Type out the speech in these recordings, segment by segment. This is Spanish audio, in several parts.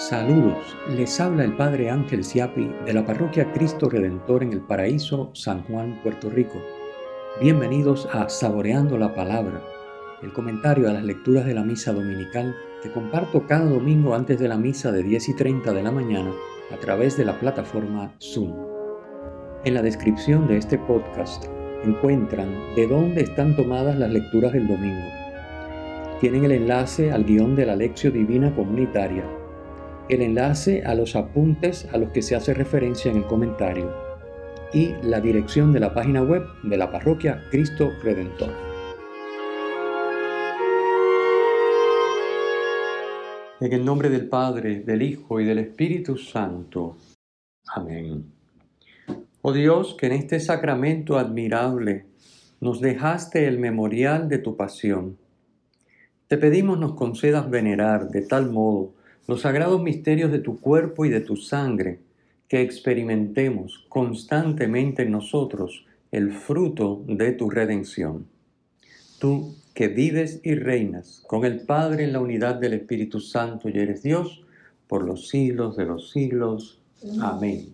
Saludos, les habla el Padre Ángel Siapi de la Parroquia Cristo Redentor en el Paraíso, San Juan, Puerto Rico. Bienvenidos a Saboreando la Palabra, el comentario a las lecturas de la Misa Dominical que comparto cada domingo antes de la misa de 10:30 de la mañana a través de la plataforma Zoom. En la descripción de este podcast encuentran de dónde están tomadas las lecturas del domingo. Tienen el enlace al guión de la Lectio Divina Comunitaria, el enlace a los apuntes a los que se hace referencia en el comentario y la dirección de la página web de la Parroquia Cristo Redentor. En el nombre del Padre, del Hijo y del Espíritu Santo. Amén. Oh Dios, que en este sacramento admirable nos dejaste el memorial de tu pasión, te pedimos nos concedas venerar de tal modo los sagrados misterios de tu cuerpo y de tu sangre, que experimentemos constantemente en nosotros el fruto de tu redención. Tú, que vives y reinas con el Padre en la unidad del Espíritu Santo y eres Dios, por los siglos de los siglos. Amén.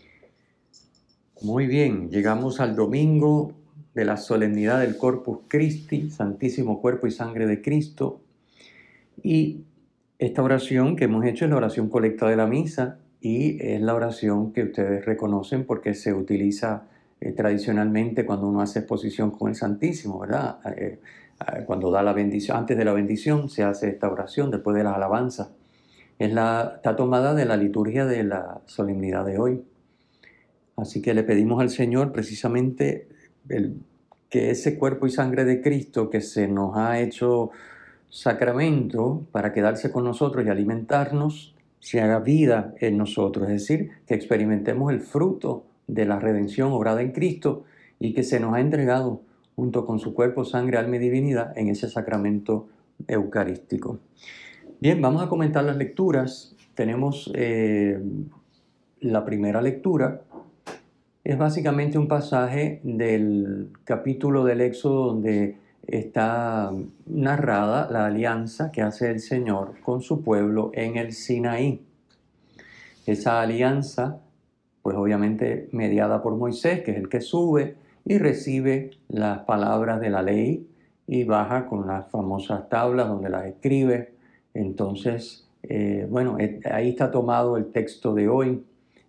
Muy bien, llegamos al domingo de la solemnidad del Corpus Christi, Santísimo Cuerpo y Sangre de Cristo, y esta oración que hemos hecho es la oración colecta de la misa y es la oración que ustedes reconocen porque se utiliza tradicionalmente cuando uno hace exposición con el Santísimo, ¿verdad? Cuando da la bendición, antes de la bendición se hace esta oración después de las alabanzas. Está tomada de la liturgia de la solemnidad de hoy. Así que le pedimos al Señor precisamente que ese cuerpo y sangre de Cristo que se nos ha hecho sacramento para quedarse con nosotros y alimentarnos, se haga vida en nosotros, es decir, que experimentemos el fruto de la redención obrada en Cristo y que se nos ha entregado junto con su cuerpo, sangre, alma y divinidad en ese sacramento eucarístico. Bien, vamos a comentar las lecturas. Tenemos la primera lectura. Es básicamente un pasaje del capítulo del Éxodo donde está narrada la alianza que hace el Señor con su pueblo en el Sinaí. Esa alianza, pues obviamente mediada por Moisés, que es el que sube y recibe las palabras de la ley y baja con las famosas tablas donde las escribe. Entonces, ahí está tomado el texto de hoy.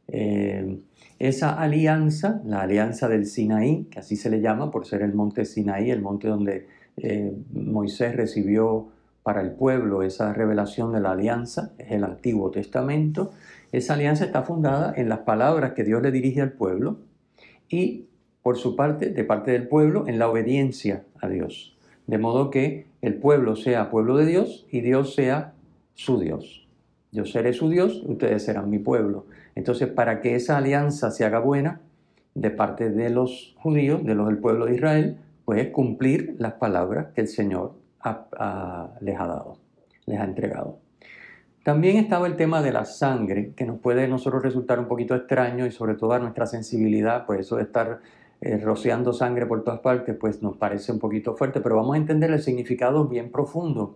Esa alianza, la alianza del Sinaí, que así se le llama por ser el monte Sinaí, el monte donde Moisés recibió para el pueblo esa revelación de la alianza, es el Antiguo Testamento. Esa alianza está fundada en las palabras que Dios le dirige al pueblo y, por su parte, de parte del pueblo, en la obediencia a Dios. De modo que el pueblo sea pueblo de Dios y Dios sea su Dios. Yo seré su Dios, ustedes serán mi pueblo. Entonces, para que esa alianza se haga buena, de parte de los judíos, del pueblo de Israel, pues es cumplir las palabras que el Señor les ha dado, les ha entregado. También estaba el tema de la sangre, que nos puede a nosotros resultar un poquito extraño y sobre todo a nuestra sensibilidad, pues eso de estar rociando sangre por todas partes, pues nos parece un poquito fuerte, pero vamos a entender el significado bien profundo.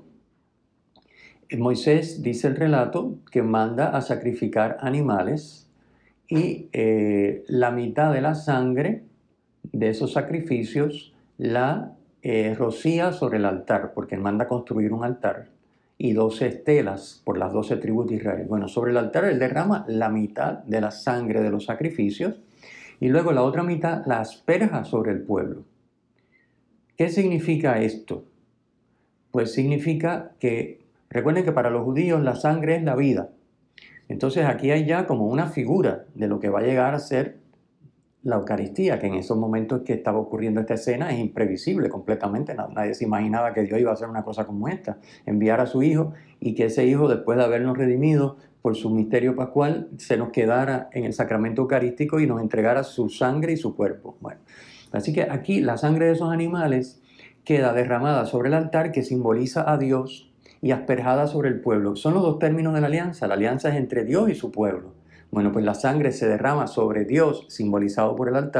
Moisés dice el relato que manda a sacrificar animales y la mitad de la sangre de esos sacrificios la rocía sobre el altar, porque él manda construir un altar y 12 estelas por las 12 tribus de Israel. Bueno, sobre el altar él derrama la mitad de la sangre de los sacrificios y luego la otra mitad la asperja sobre el pueblo. ¿Qué significa esto? Pues significa que recuerden que para los judíos la sangre es la vida. Entonces aquí hay ya como una figura de lo que va a llegar a ser la Eucaristía, que en esos momentos que estaba ocurriendo esta escena es imprevisible completamente. Nadie se imaginaba que Dios iba a hacer una cosa como esta, enviar a su Hijo y que ese Hijo, después de habernos redimido por su misterio pascual, se nos quedara en el sacramento eucarístico y nos entregara su sangre y su cuerpo. Bueno, así que aquí la sangre de esos animales queda derramada sobre el altar que simboliza a Dios y asperjada sobre el pueblo. Son los dos términos de la alianza. La alianza es entre Dios y su pueblo. Bueno, pues la sangre se derrama sobre Dios, simbolizado por el altar,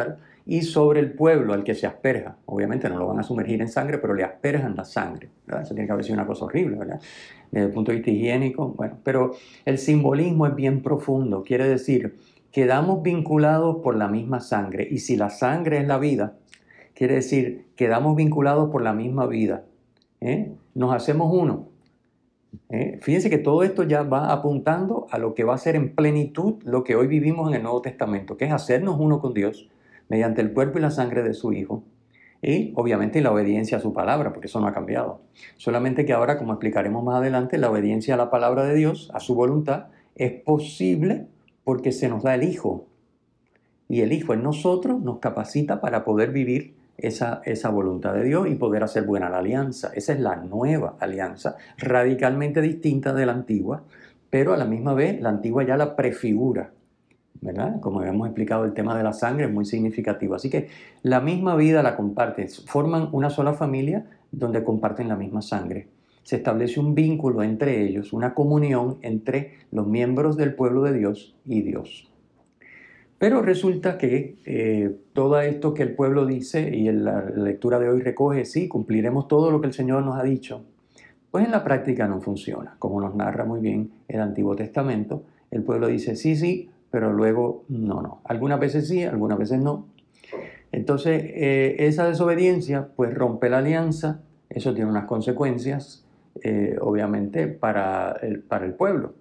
y sobre el pueblo al que se asperja. Obviamente no lo van a sumergir en sangre, pero le asperjan la sangre, ¿verdad? Eso tiene que haber sido una cosa horrible, ¿verdad? Desde el punto de vista higiénico, bueno, pero el simbolismo es bien profundo. Quiere decir, quedamos vinculados por la misma sangre, y si la sangre es la vida, quiere decir, quedamos vinculados por la misma vida. Nos hacemos uno. Fíjense que todo esto ya va apuntando a lo que va a ser en plenitud lo que hoy vivimos en el Nuevo Testamento, que es hacernos uno con Dios mediante el cuerpo y la sangre de su Hijo. Y obviamente la obediencia a su palabra, porque eso no ha cambiado. Solamente que ahora, como explicaremos más adelante, la obediencia a la palabra de Dios, a su voluntad, es posible porque se nos da el Hijo. Y el Hijo en nosotros nos capacita para poder vivir esa voluntad de Dios y poder hacer buena la alianza. Esa es la nueva alianza, radicalmente distinta de la antigua, pero a la misma vez la antigua ya la prefigura, ¿verdad? Como habíamos explicado, el tema de la sangre es muy significativo. Así que la misma vida la comparten, forman una sola familia donde comparten la misma sangre. Se establece un vínculo entre ellos, una comunión entre los miembros del pueblo de Dios y Dios. Pero resulta que todo esto que el pueblo dice y en la lectura de hoy recoge, sí, cumpliremos todo lo que el Señor nos ha dicho, pues en la práctica no funciona. Como nos narra muy bien el Antiguo Testamento, el pueblo dice sí, sí, pero luego no. Algunas veces sí, algunas veces no. Entonces, esa desobediencia pues rompe la alianza. Eso tiene unas consecuencias, obviamente, para el pueblo,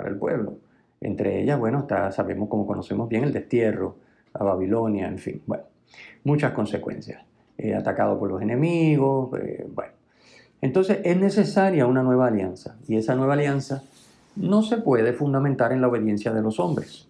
Entre ellas, bueno, sabemos, como conocemos bien, el destierro a Babilonia, en fin, bueno, muchas consecuencias. Atacado por los enemigos, bueno. Entonces es necesaria una nueva alianza, y esa nueva alianza no se puede fundamentar en la obediencia de los hombres.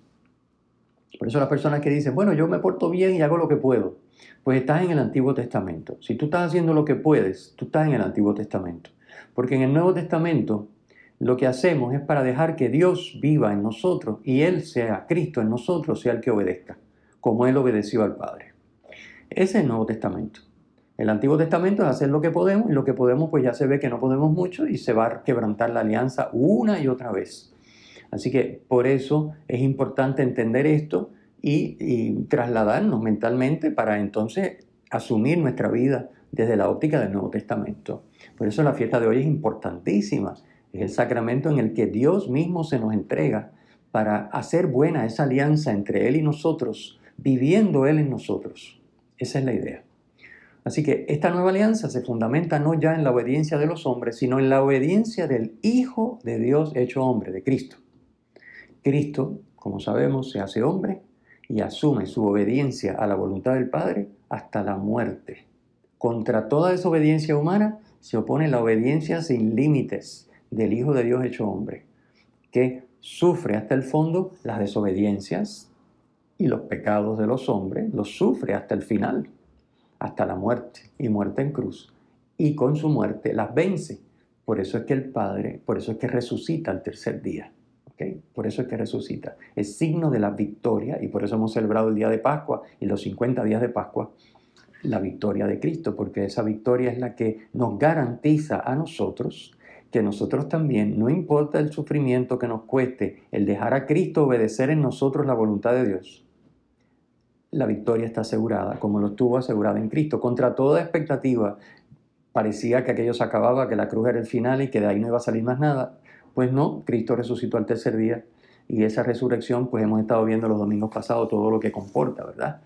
Por eso las personas que dicen, bueno, yo me porto bien y hago lo que puedo, pues estás en el Antiguo Testamento. Si tú estás haciendo lo que puedes, tú estás en el Antiguo Testamento. Porque en el Nuevo Testamento lo que hacemos es para dejar que Dios viva en nosotros y Él sea, Cristo en nosotros, sea el que obedezca, como Él obedeció al Padre. Ese es el Nuevo Testamento. El Antiguo Testamento es hacer lo que podemos, y lo que podemos pues ya se ve que no podemos mucho y se va a quebrantar la alianza una y otra vez. Así que por eso es importante entender esto y trasladarnos mentalmente para entonces asumir nuestra vida desde la óptica del Nuevo Testamento. Por eso la fiesta de hoy es importantísima. Es el sacramento en el que Dios mismo se nos entrega para hacer buena esa alianza entre Él y nosotros, viviendo Él en nosotros. Esa es la idea. Así que esta nueva alianza se fundamenta no ya en la obediencia de los hombres, sino en la obediencia del Hijo de Dios hecho hombre, de Cristo. Cristo, como sabemos, se hace hombre y asume su obediencia a la voluntad del Padre hasta la muerte. Contra toda desobediencia humana se opone la obediencia sin límites del Hijo de Dios hecho hombre, que sufre hasta el fondo las desobediencias y los pecados de los hombres, los sufre hasta el final, hasta la muerte y muerte en cruz. Y con su muerte las vence. Por eso es que el Padre, por eso es que resucita al tercer día. ¿Okay? Por eso es que resucita. Es signo de la victoria, y por eso hemos celebrado el día de Pascua y los 50 días de Pascua, la victoria de Cristo, porque esa victoria es la que nos garantiza a nosotros que nosotros también, no importa el sufrimiento que nos cueste, el dejar a Cristo obedecer en nosotros la voluntad de Dios, la victoria está asegurada, como lo estuvo asegurada en Cristo. Contra toda expectativa, parecía que aquello se acababa, que la cruz era el final y que de ahí no iba a salir más nada. Pues no, Cristo resucitó al tercer día, y esa resurrección, pues hemos estado viendo los domingos pasados todo lo que comporta, ¿verdad?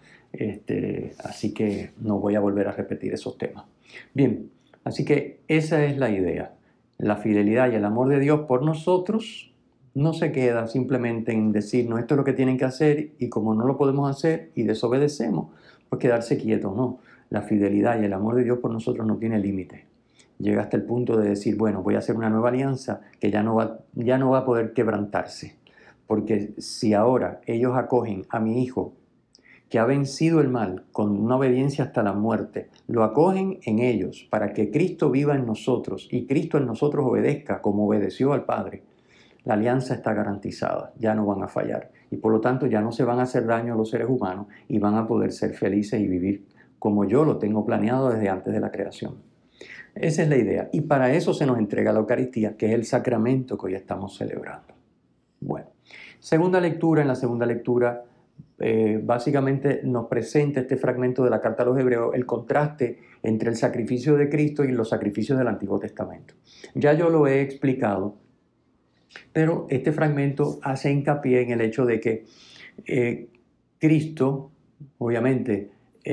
Así que no voy a volver a repetir esos temas. Bien, así que esa es la idea. La fidelidad y el amor de Dios por nosotros no se queda simplemente en decirnos esto es lo que tienen que hacer, y como no lo podemos hacer y desobedecemos, pues quedarse quietos, no. La fidelidad y el amor de Dios por nosotros no tiene límite. Llega hasta el punto de decir, bueno, voy a hacer una nueva alianza que ya no va a poder quebrantarse. Porque si ahora ellos acogen a mi Hijo, que ha vencido el mal con una obediencia hasta la muerte, lo acogen en ellos para que Cristo viva en nosotros y Cristo en nosotros obedezca como obedeció al Padre, la alianza está garantizada, ya no van a fallar. Y por lo tanto ya no se van a hacer daño a los seres humanos y van a poder ser felices y vivir como yo lo tengo planeado desde antes de la creación. Esa es la idea. Y para eso se nos entrega la Eucaristía, que es el sacramento que hoy estamos celebrando. Bueno, en la segunda lectura básicamente nos presenta este fragmento de la carta a los Hebreos el contraste entre el sacrificio de Cristo y los sacrificios del Antiguo Testamento. Ya yo lo he explicado, pero este fragmento hace hincapié en el hecho de que Cristo, obviamente,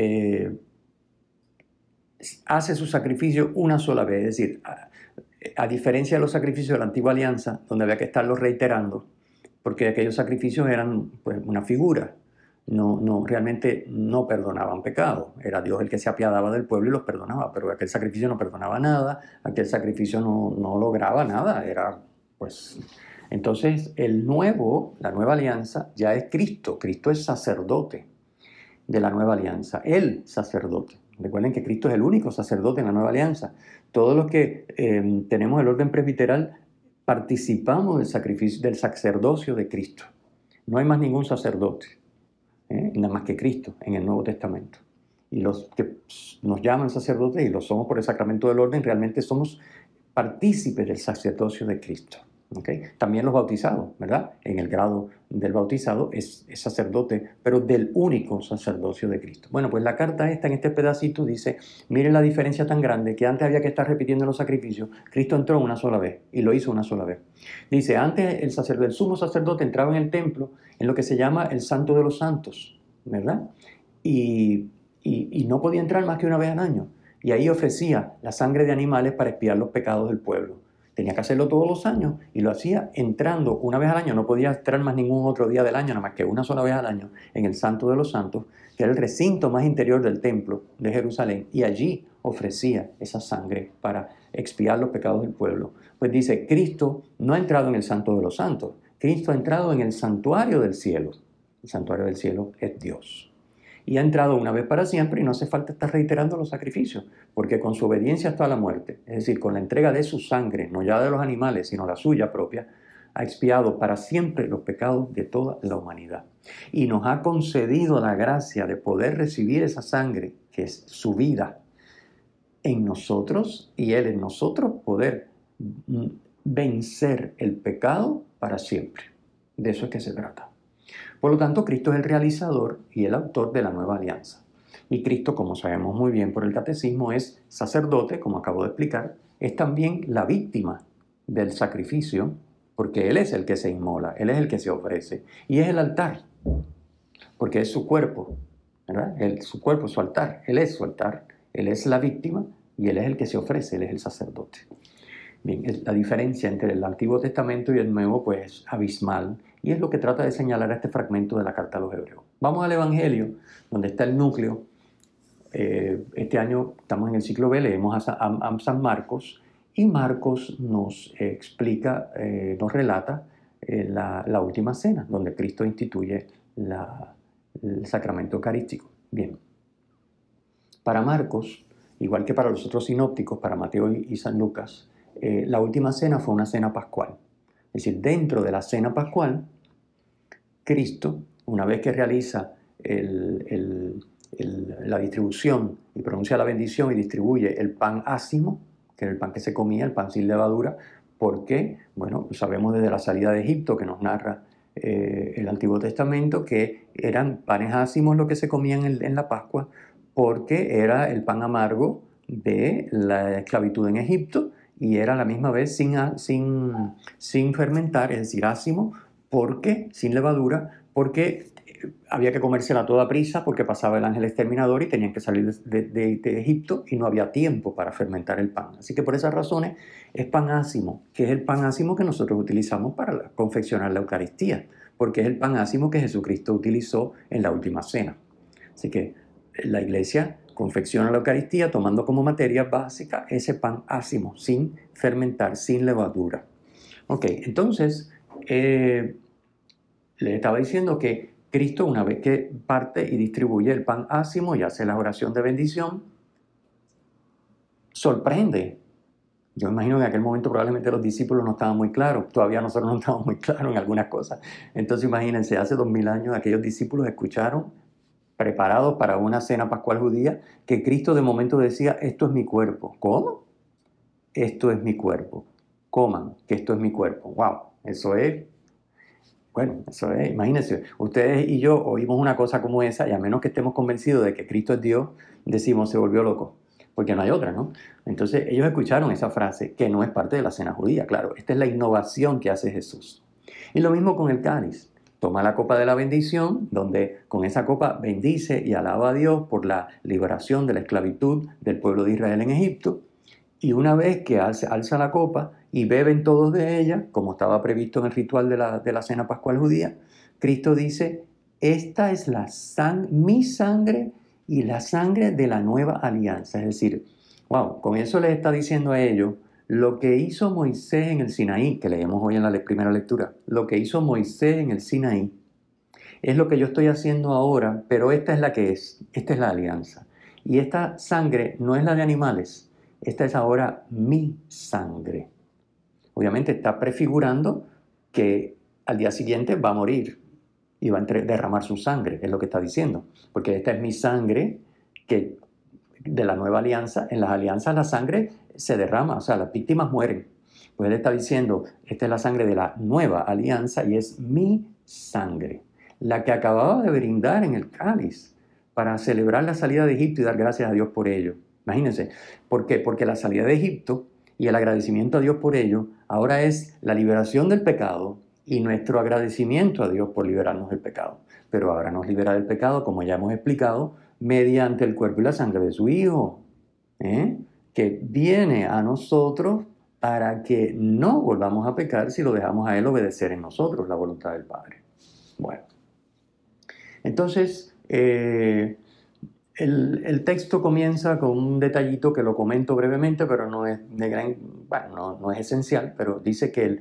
hace su sacrificio una sola vez, es decir, a diferencia de los sacrificios de la Antigua Alianza, donde había que estarlos reiterando, porque aquellos sacrificios eran pues, una figura, realmente no perdonaban pecados, era Dios el que se apiadaba del pueblo y los perdonaba, pero aquel sacrificio no perdonaba nada, aquel sacrificio no lograba nada, era pues... Entonces la nueva alianza ya es Cristo, Cristo es sacerdote de la nueva alianza, el sacerdote. Recuerden que Cristo es el único sacerdote en la nueva alianza. Todos los que tenemos el orden presbiteral participamos del sacerdocio de Cristo. No hay más ningún sacerdote, nada más que Cristo en el Nuevo Testamento. Y los que nos llaman sacerdotes y lo somos por el sacramento del orden, realmente somos partícipes del sacerdocio de Cristo. ¿Okay? También los bautizados, ¿verdad? En el grado del bautizado es sacerdote, pero del único sacerdocio de Cristo. Bueno, pues la carta esta en este pedacito dice, miren la diferencia tan grande que antes había que estar repitiendo los sacrificios, Cristo entró una sola vez y lo hizo una sola vez. Dice, antes el sumo sacerdote entraba en el templo en lo que se llama el Santo de los Santos, ¿verdad? Y no podía entrar más que una vez al año. Y ahí ofrecía la sangre de animales para expiar los pecados del pueblo. Tenía que hacerlo todos los años y lo hacía entrando una vez al año. No podía entrar más ningún otro día del año, nada más que una sola vez al año, en el Santo de los Santos, que era el recinto más interior del templo de Jerusalén. Y allí ofrecía esa sangre para expiar los pecados del pueblo. Pues dice, Cristo no ha entrado en el Santo de los Santos. Cristo ha entrado en el santuario del cielo. El santuario del cielo es Dios. Y ha entrado una vez para siempre y no hace falta estar reiterando los sacrificios, porque con su obediencia hasta la muerte, es decir, con la entrega de su sangre, no ya de los animales, sino la suya propia, ha expiado para siempre los pecados de toda la humanidad. Y nos ha concedido la gracia de poder recibir esa sangre, que es su vida, en nosotros y Él en nosotros, poder vencer el pecado para siempre. De eso es que se trata. Por lo tanto, Cristo es el realizador y el autor de la nueva alianza. Y Cristo, como sabemos muy bien por el catecismo, es sacerdote, como acabo de explicar, es también la víctima del sacrificio, porque Él es el que se inmola, Él es el que se ofrece, y es el altar, porque es su cuerpo, ¿verdad? Su cuerpo es su altar, Él es su altar, Él es la víctima y Él es el que se ofrece, Él es el sacerdote. Bien, la diferencia entre el Antiguo Testamento y el Nuevo pues es abismal y es lo que trata de señalar este fragmento de la carta a los Hebreos. Vamos al Evangelio, donde está el núcleo. Este año estamos en el ciclo B, leemos a San Marcos y Marcos nos explica, nos relata la última cena, donde Cristo instituye el sacramento eucarístico. Bien, para Marcos, igual que para los otros sinópticos, para Mateo y San Lucas, la última cena fue una cena pascual. Es decir, dentro de la cena pascual, Cristo, una vez que realiza la distribución y pronuncia la bendición y distribuye el pan ácimo, que era el pan que se comía, el pan sin levadura, porque, bueno, sabemos desde la salida de Egipto que nos narra el Antiguo Testamento que eran panes ácimos lo que se comían en la Pascua, porque era el pan amargo de la esclavitud en Egipto y era a la misma vez sin fermentar, es decir, ácimo, porque sin levadura, porque había que comérsela a toda prisa porque pasaba el ángel exterminador y tenían que salir de Egipto y no había tiempo para fermentar el pan. Así que por esas razones es pan ácimo, que es el pan ácimo que nosotros utilizamos para confeccionar la Eucaristía, porque es el pan ácimo que Jesucristo utilizó en la última cena. Así que la Iglesia confecciona la Eucaristía tomando como materia básica ese pan ácimo, sin fermentar, sin levadura. Ok, entonces les estaba diciendo que Cristo, una vez que parte y distribuye el pan ácimo y hace la oración de bendición, sorprende. Yo imagino que en aquel momento probablemente los discípulos no estaban muy claros, todavía nosotros no estábamos muy claros en algunas cosas. Entonces imagínense, hace 2000 años aquellos discípulos escucharon, preparados para una cena pascual judía, que Cristo de momento decía, esto es mi cuerpo. ¿Cómo? Esto es mi cuerpo. Coman, que esto es mi cuerpo. ¡Wow! Eso es Bueno, eso es, imagínense, ustedes y yo oímos una cosa como esa y a menos que estemos convencidos de que Cristo es Dios, decimos se volvió loco, porque no hay otra, ¿no? Entonces ellos escucharon esa frase que no es parte de la cena judía, claro, esta es la innovación que hace Jesús. Y lo mismo con el cáliz. Toma la copa de la bendición, donde con esa copa bendice y alaba a Dios por la liberación de la esclavitud del pueblo de Israel en Egipto. Y una vez que alza la copa y beben todos de ella, como estaba previsto en el ritual de la cena pascual judía, Cristo dice, esta es mi sangre y la sangre de la nueva alianza. Es decir, wow, con eso les está diciendo a ellos, lo que hizo Moisés en el Sinaí, que leemos hoy en la primera lectura, lo que hizo Moisés en el Sinaí, es lo que yo estoy haciendo ahora, pero esta es la que es, esta es la alianza. Y esta sangre no es la de animales, esta es ahora mi sangre. Obviamente está prefigurando que al día siguiente va a morir y va a derramar su sangre, es lo que está diciendo. Porque esta es mi sangre que de la nueva alianza. En las alianzas la sangre se derrama, o sea, las víctimas mueren. Pues él está diciendo, esta es la sangre de la nueva alianza y es mi sangre, la que acababa de brindar en el cáliz para celebrar la salida de Egipto y dar gracias a Dios por ello. Imagínense, ¿por qué? Porque la salida de Egipto y el agradecimiento a Dios por ello ahora es la liberación del pecado y nuestro agradecimiento a Dios por liberarnos del pecado. Pero ahora nos libera del pecado, como ya hemos explicado, mediante el cuerpo y la sangre de su Hijo, que viene a nosotros para que no volvamos a pecar si lo dejamos a Él obedecer en nosotros la voluntad del Padre. Bueno, entonces el texto comienza con un detallito que lo comento brevemente, pero no es de gran, bueno, no es esencial, pero dice que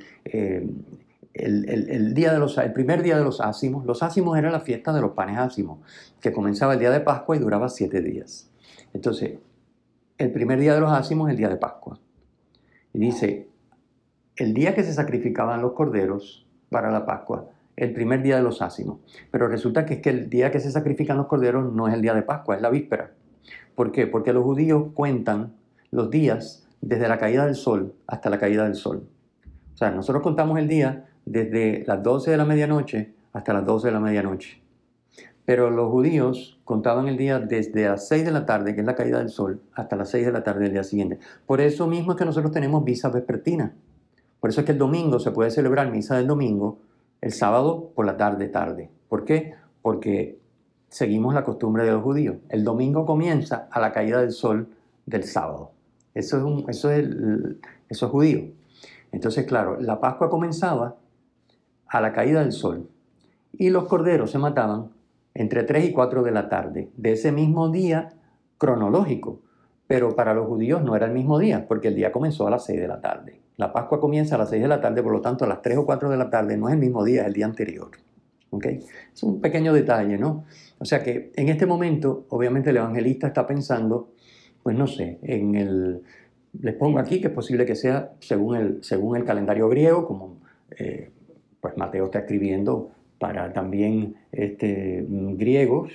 el primer día de los ácimos era la fiesta de los panes ácimos, que comenzaba el día de Pascua y duraba 7 días. Entonces, el primer día de los ácimos es el día de Pascua. Y dice, el día que se sacrificaban los corderos para la Pascua, el primer día de los ácimos. Pero resulta que es que el día que se sacrifican los corderos no es el día de Pascua, es la víspera. ¿Por qué? Porque los judíos cuentan los días desde la caída del sol hasta la caída del sol. O sea, nosotros contamos el día desde las 12 de la medianoche hasta las 12 de la medianoche. Pero los judíos contaban el día desde las 6 de la tarde, que es la caída del sol, hasta las 6 de la tarde del día siguiente. Por eso mismo es que nosotros tenemos misa vespertina. Por eso es que el domingo se puede celebrar misa del domingo, el sábado por la tarde. ¿Por qué? Porque seguimos la costumbre de los judíos. El domingo comienza a la caída del sol del sábado. Eso es judío. Entonces, claro, la Pascua comenzaba a la caída del sol y los corderos se mataban entre 3 y 4 de la tarde de ese mismo día cronológico. Pero para los judíos no era el mismo día, porque el día comenzó a las 6 de la tarde. La Pascua comienza a las 6 de la tarde, por lo tanto a las 3 o 4 de la tarde no es el mismo día, es el día anterior. ¿Okay? Es un pequeño detalle, ¿no? O sea que en este momento, obviamente el evangelista está pensando, pues no sé, les pongo aquí que es posible que sea según el calendario griego, como pues Mateo está escribiendo para también griegos,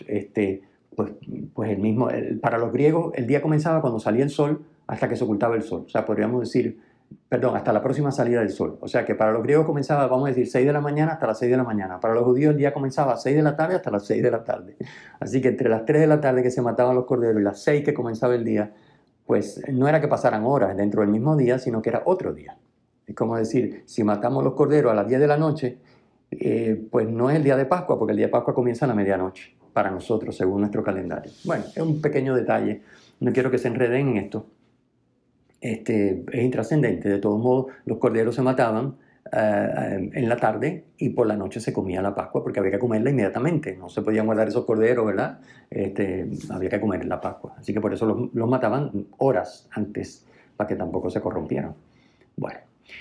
para los griegos el día comenzaba cuando salía el sol hasta que se ocultaba el sol. O sea, podríamos decir, hasta la próxima salida del sol. O sea que para los griegos comenzaba, vamos a decir, 6 de la mañana hasta las 6 de la mañana. Para los judíos el día comenzaba a 6 de la tarde hasta las 6 de la tarde. Así que entre las 3 de la tarde que se mataban los corderos y las 6 que comenzaba el día, pues no era que pasaran horas dentro del mismo día, sino que era otro día. Es como decir, si matamos los corderos a las 10 de la noche, pues no es el día de Pascua, porque el día de Pascua comienza a la medianoche para nosotros, según nuestro calendario. Bueno, es un pequeño detalle, no quiero que se enreden en esto. Es intrascendente, de todos modos, los corderos se mataban en la tarde y por la noche se comía la Pascua porque había que comerla inmediatamente, no se podían guardar esos corderos, ¿verdad? Había que comer la Pascua, así que por eso los mataban horas antes para que tampoco se corrompieran. Bueno,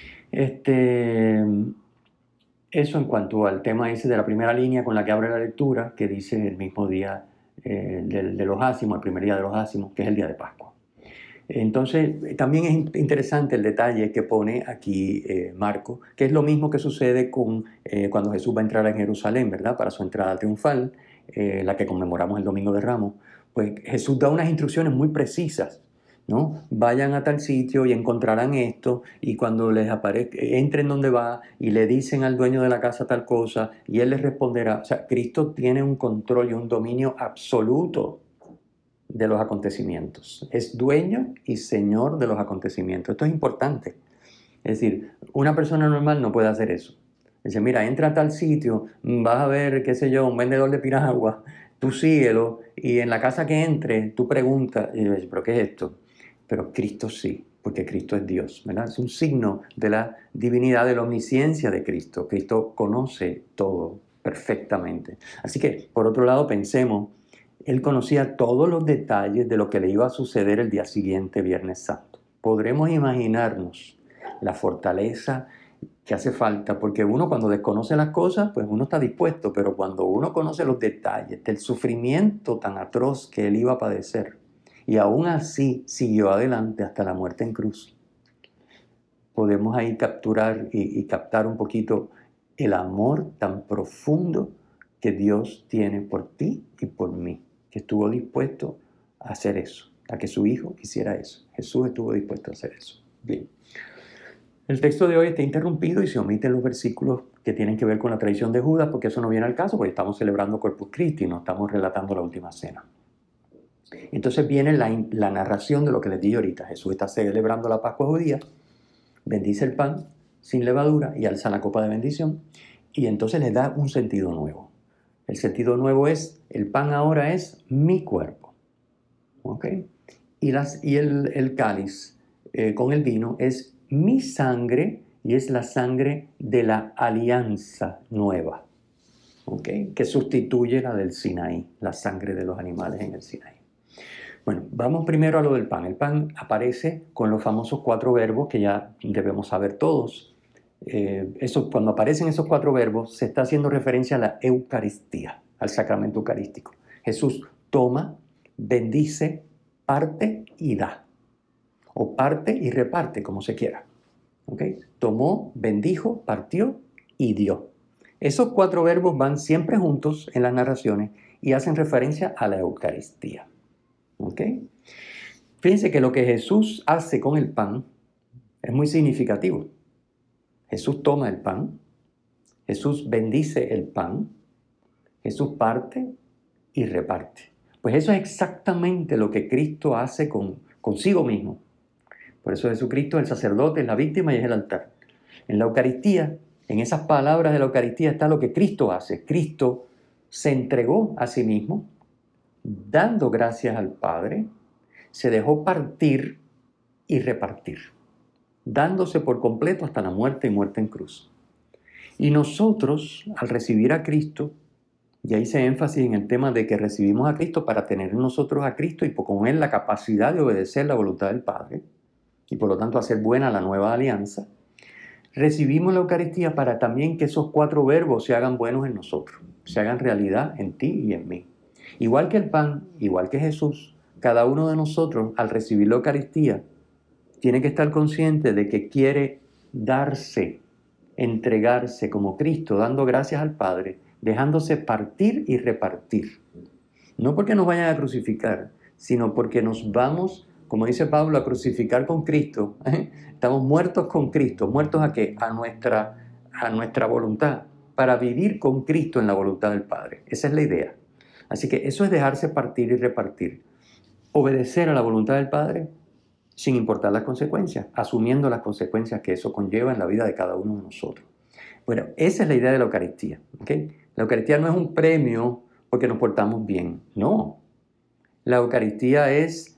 eso en cuanto al tema ese de la primera línea con la que abre la lectura, que dice el mismo día de los ácimos, el primer día de los ácimos, que es el día de Pascua. Entonces, también es interesante el detalle que pone aquí Marco, que es lo mismo que sucede cuando Jesús va a entrar en Jerusalén, ¿verdad? Para su entrada triunfal, la que conmemoramos el Domingo de Ramos. Pues Jesús da unas instrucciones muy precisas ¿no? Vayan a tal sitio y encontrarán esto, y cuando les aparezca, entren donde va y le dicen al dueño de la casa tal cosa, y él les responderá. O sea, Cristo tiene un control y un dominio absoluto de los acontecimientos. Es dueño y señor de los acontecimientos. Esto es importante. Es decir, una persona normal no puede hacer eso. Dice, mira, entra a tal sitio, vas a ver, qué sé yo, un vendedor de piragua, tú síguelo, y en la casa que entre, tú preguntas, y dices, ¿pero qué es esto? Pero Cristo sí, porque Cristo es Dios, ¿verdad? Es un signo de la divinidad, de la omnisciencia de Cristo. Cristo conoce todo perfectamente. Así que, por otro lado, pensemos, Él conocía todos los detalles de lo que le iba a suceder el día siguiente, Viernes Santo. Podremos imaginarnos la fortaleza que hace falta, porque uno cuando desconoce las cosas, pues uno está dispuesto, pero cuando uno conoce los detalles del sufrimiento tan atroz que él iba a padecer, y aún así siguió adelante hasta la muerte en cruz, podemos ahí capturar y captar un poquito el amor tan profundo que Dios tiene por ti y por mí, que estuvo dispuesto a hacer eso, a que su Hijo hiciera eso. Jesús estuvo dispuesto a hacer eso. Bien. El texto de hoy está interrumpido y se omiten los versículos que tienen que ver con la traición de Judas, porque eso no viene al caso, porque estamos celebrando Corpus Christi, no estamos relatando la última cena. Entonces viene la narración de lo que les dije ahorita. Jesús está celebrando la Pascua judía, bendice el pan sin levadura y alza la copa de bendición, y entonces le da un sentido nuevo. El sentido nuevo es, el pan ahora es mi cuerpo. ¿Ok? Y el cáliz con el vino es mi sangre, y es la sangre de la alianza nueva, ¿okay? Que sustituye la del Sinaí, la sangre de los animales en el Sinaí. Bueno, vamos primero a lo del pan. El pan aparece con los famosos 4 verbos que ya debemos saber todos. Cuando aparecen esos 4 verbos, se está haciendo referencia a la Eucaristía, al sacramento eucarístico. Jesús toma, bendice, parte y da. O parte y reparte, como se quiera. ¿Okay? Tomó, bendijo, partió y dio. Esos 4 verbos van siempre juntos en las narraciones y hacen referencia a la Eucaristía. ¿Okay? Fíjense que lo que Jesús hace con el pan es muy significativo. Jesús toma el pan, Jesús bendice el pan, Jesús parte y reparte. Pues eso es exactamente lo que Cristo hace consigo mismo. Por eso Jesucristo es el sacerdote, es la víctima y es el altar. En la Eucaristía, en esas palabras de la Eucaristía está lo que Cristo hace. Cristo se entregó a sí mismo, dando gracias al Padre, se dejó partir y repartir, dándose por completo hasta la muerte y muerte en cruz. Y nosotros, al recibir a Cristo, ya hice énfasis en el tema de que recibimos a Cristo para tener en nosotros a Cristo y con Él la capacidad de obedecer la voluntad del Padre, y por lo tanto hacer buena la nueva alianza. Recibimos la Eucaristía para también que esos 4 verbos se hagan buenos en nosotros, se hagan realidad en ti y en mí. Igual que el pan, igual que Jesús, cada uno de nosotros al recibir la Eucaristía tiene que estar consciente de que quiere darse, entregarse como Cristo, dando gracias al Padre, dejándose partir y repartir. No porque nos vayan a crucificar, sino porque nos vamos, como dice Pablo, a crucificar con Cristo. Estamos muertos con Cristo. ¿Muertos a qué? A nuestra voluntad, para vivir con Cristo en la voluntad del Padre. Esa es la idea. Así que eso es dejarse partir y repartir. Obedecer a la voluntad del Padre sin importar las consecuencias, asumiendo las consecuencias que eso conlleva en la vida de cada uno de nosotros. Bueno, esa es la idea de la Eucaristía. ¿Okay? La Eucaristía no es un premio porque nos portamos bien. No. La Eucaristía es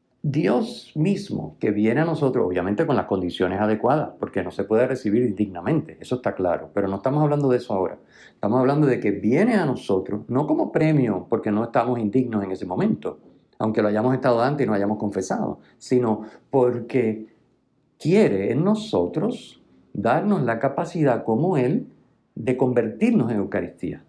Dios mismo que viene a nosotros, obviamente con las condiciones adecuadas, porque no se puede recibir indignamente, eso está claro, pero no estamos hablando de eso ahora. Estamos hablando de que viene a nosotros, no como premio, porque no estamos indignos en ese momento, aunque lo hayamos estado antes y no hayamos confesado, sino porque quiere en nosotros darnos la capacidad como Él de convertirnos en Eucaristía,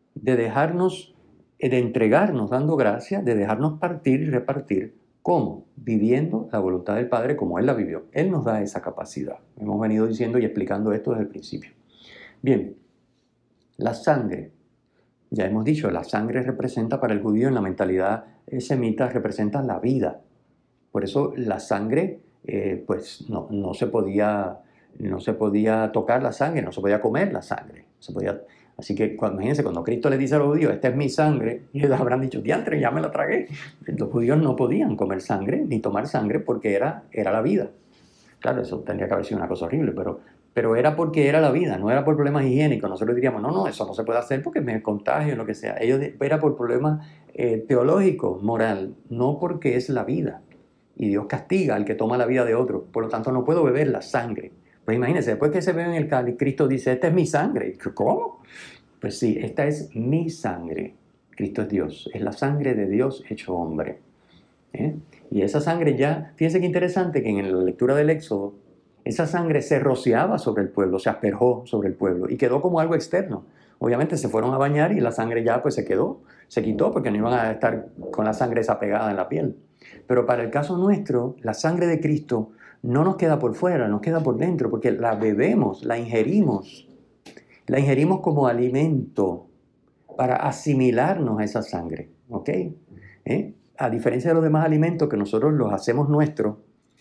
de entregarnos dando gracias, de dejarnos partir y repartir. ¿Cómo? Viviendo la voluntad del Padre como Él la vivió. Él nos da esa capacidad. Hemos venido diciendo y explicando esto desde el principio. Bien, la sangre. Ya hemos dicho, la sangre representa para el judío en la mentalidad semita, representa la vida. Por eso la sangre, pues no se podía tocar la sangre, no se podía comer la sangre. Así que imagínense, cuando Cristo le dice a los judíos, esta es mi sangre, y ellos habrán dicho, diantre, ya me la tragué. Los judíos no podían comer sangre ni tomar sangre porque era la vida. Claro, eso tendría que haber sido una cosa horrible, pero era porque era la vida, no era por problemas higiénicos. Nosotros diríamos, no, eso no se puede hacer porque me contagio, lo que sea. Era por problemas teológicos, moral, no porque es la vida. Y Dios castiga al que toma la vida de otro. Por lo tanto, no puedo beber la sangre. Pues imagínense, después que se bebe en el cáliz, Cristo dice, esta es mi sangre. ¿Cómo? Pues sí, esta es mi sangre. Cristo es Dios, es la sangre de Dios hecho hombre. Y esa sangre ya, fíjense qué interesante que en la lectura del Éxodo, esa sangre se rociaba sobre el pueblo, se asperjó sobre el pueblo y quedó como algo externo. Obviamente se fueron a bañar y la sangre ya pues se quitó porque no iban a estar con la sangre esa pegada en la piel. Pero para el caso nuestro, la sangre de Cristo no nos queda por fuera, nos queda por dentro porque la bebemos, la ingerimos como alimento para asimilarnos a esa sangre, ¿ok? A diferencia de los demás alimentos que nosotros los hacemos nuestros,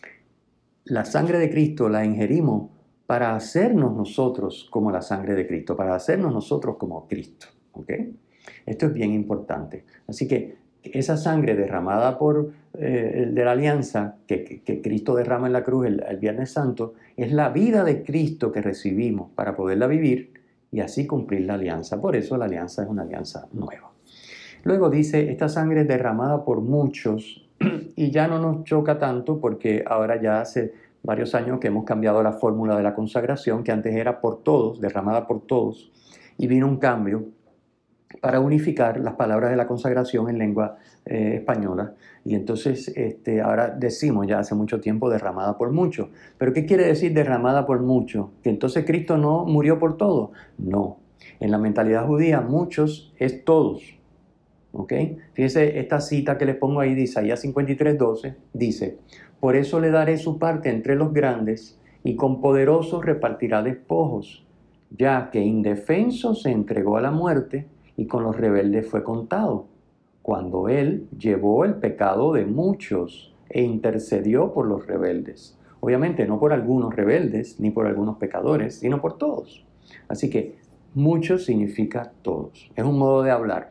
la sangre de Cristo la ingerimos para hacernos nosotros como la sangre de Cristo, para hacernos nosotros como Cristo. ¿Ok? Esto es bien importante. Así que esa sangre derramada de la alianza que Cristo derrama en la cruz el Viernes Santo, es la vida de Cristo que recibimos para poderla vivir y así cumplir la alianza. Por eso la alianza es una alianza nueva. Luego dice, esta sangre es derramada por muchos. Y ya no nos choca tanto porque ahora ya hace varios años que hemos cambiado la fórmula de la consagración, que antes era por todos, derramada por todos, y vino un cambio para unificar las palabras de la consagración en lengua española. Y entonces ahora decimos ya hace mucho tiempo derramada por muchos. ¿Pero qué quiere decir derramada por muchos? ¿Que entonces Cristo no murió por todos? No. En la mentalidad judía muchos es todos. ¿Okay? Fíjense, esta cita que les pongo ahí de Isaías 53:12 dice, por eso le daré su parte entre los grandes y con poderosos repartirá despojos, ya que indefenso se entregó a la muerte y con los rebeldes fue contado, cuando él llevó el pecado de muchos e intercedió por los rebeldes. Obviamente no por algunos rebeldes ni por algunos pecadores, sino por todos. Así que muchos significa todos. Es un modo de hablar.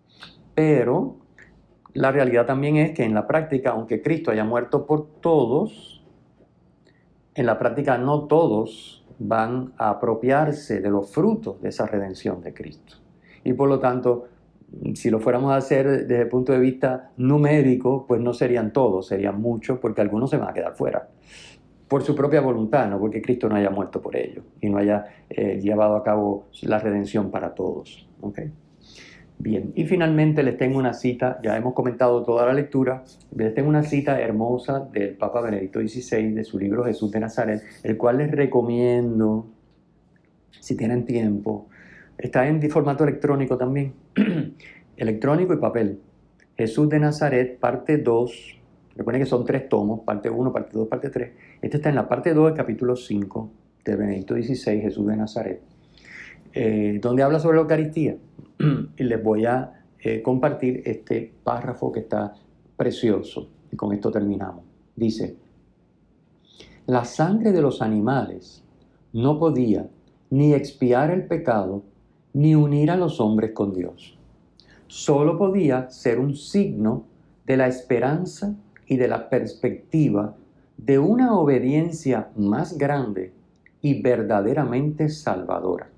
Pero la realidad también es que en la práctica, aunque Cristo haya muerto por todos, en la práctica no todos van a apropiarse de los frutos de esa redención de Cristo. Y por lo tanto, si lo fuéramos a hacer desde el punto de vista numérico, pues no serían todos, serían muchos, porque algunos se van a quedar fuera. Por su propia voluntad, no porque Cristo no haya muerto por ellos y no haya llevado a cabo la redención para todos. ¿Okay? Bien, y finalmente les tengo una cita, ya hemos comentado toda la lectura, les tengo una cita hermosa del Papa Benedicto XVI de su libro Jesús de Nazaret, el cual les recomiendo, si tienen tiempo, está en formato electrónico también, electrónico y papel. Jesús de Nazaret, parte 2, recuerden que son 3 tomos, parte 1, parte 2, parte 3. Este está en la parte 2 del capítulo 5 de Benedicto XVI, Jesús de Nazaret, donde habla sobre la Eucaristía. Y les voy a compartir este párrafo que está precioso. Y con esto terminamos. Dice, la sangre de los animales no podía ni expiar el pecado, ni unir a los hombres con Dios. Solo podía ser un signo de la esperanza y de la perspectiva de una obediencia más grande y verdaderamente salvadora.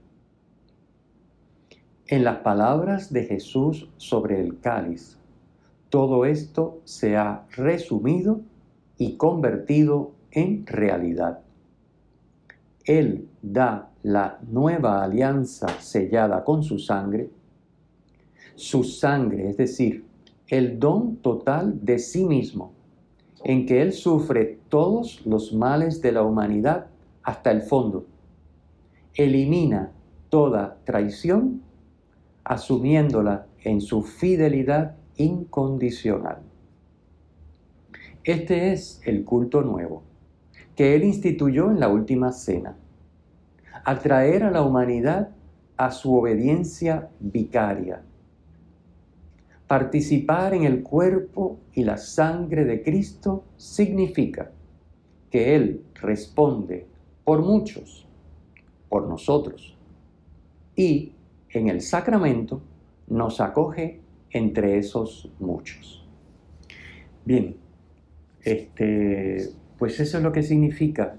En las palabras de Jesús sobre el cáliz, todo esto se ha resumido y convertido en realidad. Él da la nueva alianza sellada con su sangre, es decir, el don total de sí mismo, en que Él sufre todos los males de la humanidad hasta el fondo. Elimina toda traición, asumiéndola en su fidelidad incondicional. Este es el culto nuevo que Él instituyó en la última cena, atraer a la humanidad a su obediencia vicaria. Participar en el cuerpo y la sangre de Cristo significa que Él responde por muchos, por nosotros, y en el sacramento nos acoge entre esos muchos. Bien, pues eso es lo que significa.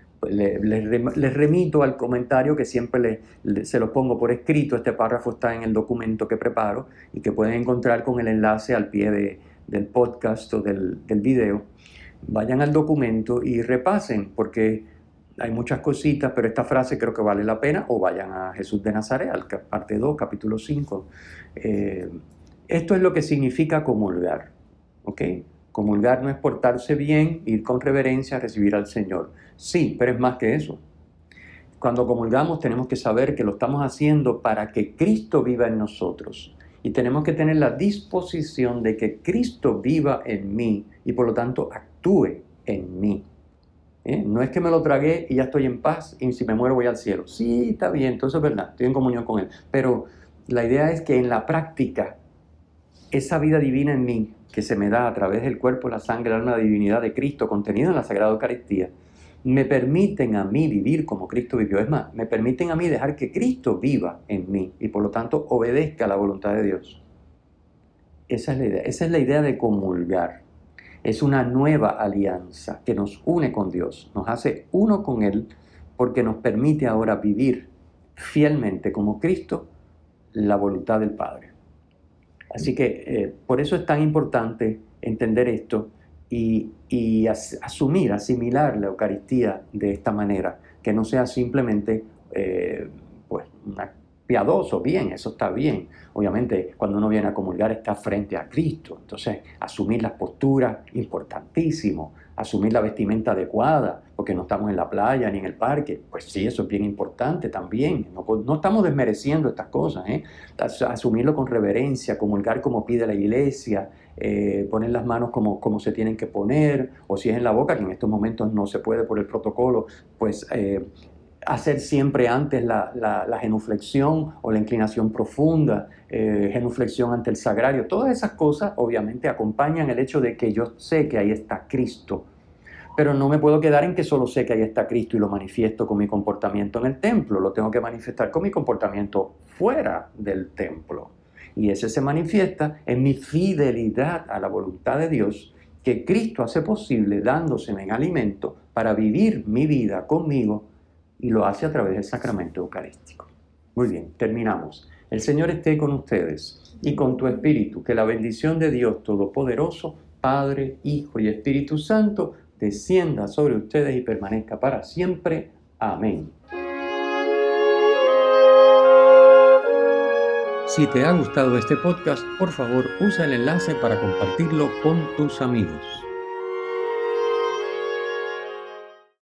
Les remito al comentario que siempre se los pongo por escrito. Este párrafo está en el documento que preparo y que pueden encontrar con el enlace al pie del podcast o del video. Vayan al documento y repasen, porque hay muchas cositas, pero esta frase creo que vale la pena, o vayan a Jesús de Nazaret, parte 2, capítulo 5. Esto es lo que significa comulgar, ¿ok? Comulgar no es portarse bien, ir con reverencia a recibir al Señor. Sí, pero es más que eso. Cuando comulgamos tenemos que saber que lo estamos haciendo para que Cristo viva en nosotros. Y tenemos que tener la disposición de que Cristo viva en mí y por lo tanto actúe en mí. No es que me lo tragué y ya estoy en paz y si me muero voy al cielo. Sí, está bien, entonces es verdad, estoy en comunión con Él. Pero la idea es que en la práctica, esa vida divina en mí, que se me da a través del cuerpo, la sangre, el alma, la divinidad de Cristo contenida en la Sagrada Eucaristía, me permiten a mí vivir como Cristo vivió. Es más, me permiten a mí dejar que Cristo viva en mí y por lo tanto obedezca a la voluntad de Dios. Esa es la idea de comulgar. Es una nueva alianza que nos une con Dios, nos hace uno con Él, porque nos permite ahora vivir fielmente como Cristo la voluntad del Padre. Así que por eso es tan importante entender esto y asimilar la Eucaristía de esta manera, que no sea simplemente pues una piadoso, bien, eso está bien. Obviamente, cuando uno viene a comulgar está frente a Cristo. Entonces, asumir las posturas, importantísimo. Asumir la vestimenta adecuada, porque no estamos en la playa ni en el parque. Pues sí, eso es bien importante también. No estamos desmereciendo estas cosas, ¿eh? Asumirlo con reverencia, comulgar como pide la Iglesia, poner las manos como se tienen que poner, o si es en la boca, que en estos momentos no se puede por el protocolo, pues hacer siempre antes la genuflexión o la inclinación profunda, genuflexión ante el sagrario. Todas esas cosas obviamente acompañan el hecho de que yo sé que ahí está Cristo, pero no me puedo quedar en que solo sé que ahí está Cristo y lo manifiesto con mi comportamiento en el templo. Lo tengo que manifestar con mi comportamiento fuera del templo. Y ese se manifiesta en mi fidelidad a la voluntad de Dios, que Cristo hace posible dándoseme en alimento para vivir mi vida conmigo, y lo hace a través del sacramento eucarístico. Muy bien, terminamos. El Señor esté con ustedes y con tu espíritu. Que la bendición de Dios Todopoderoso, Padre, Hijo y Espíritu Santo, descienda sobre ustedes y permanezca para siempre. Amén. Si te ha gustado este podcast, por favor, usa el enlace para compartirlo con tus amigos.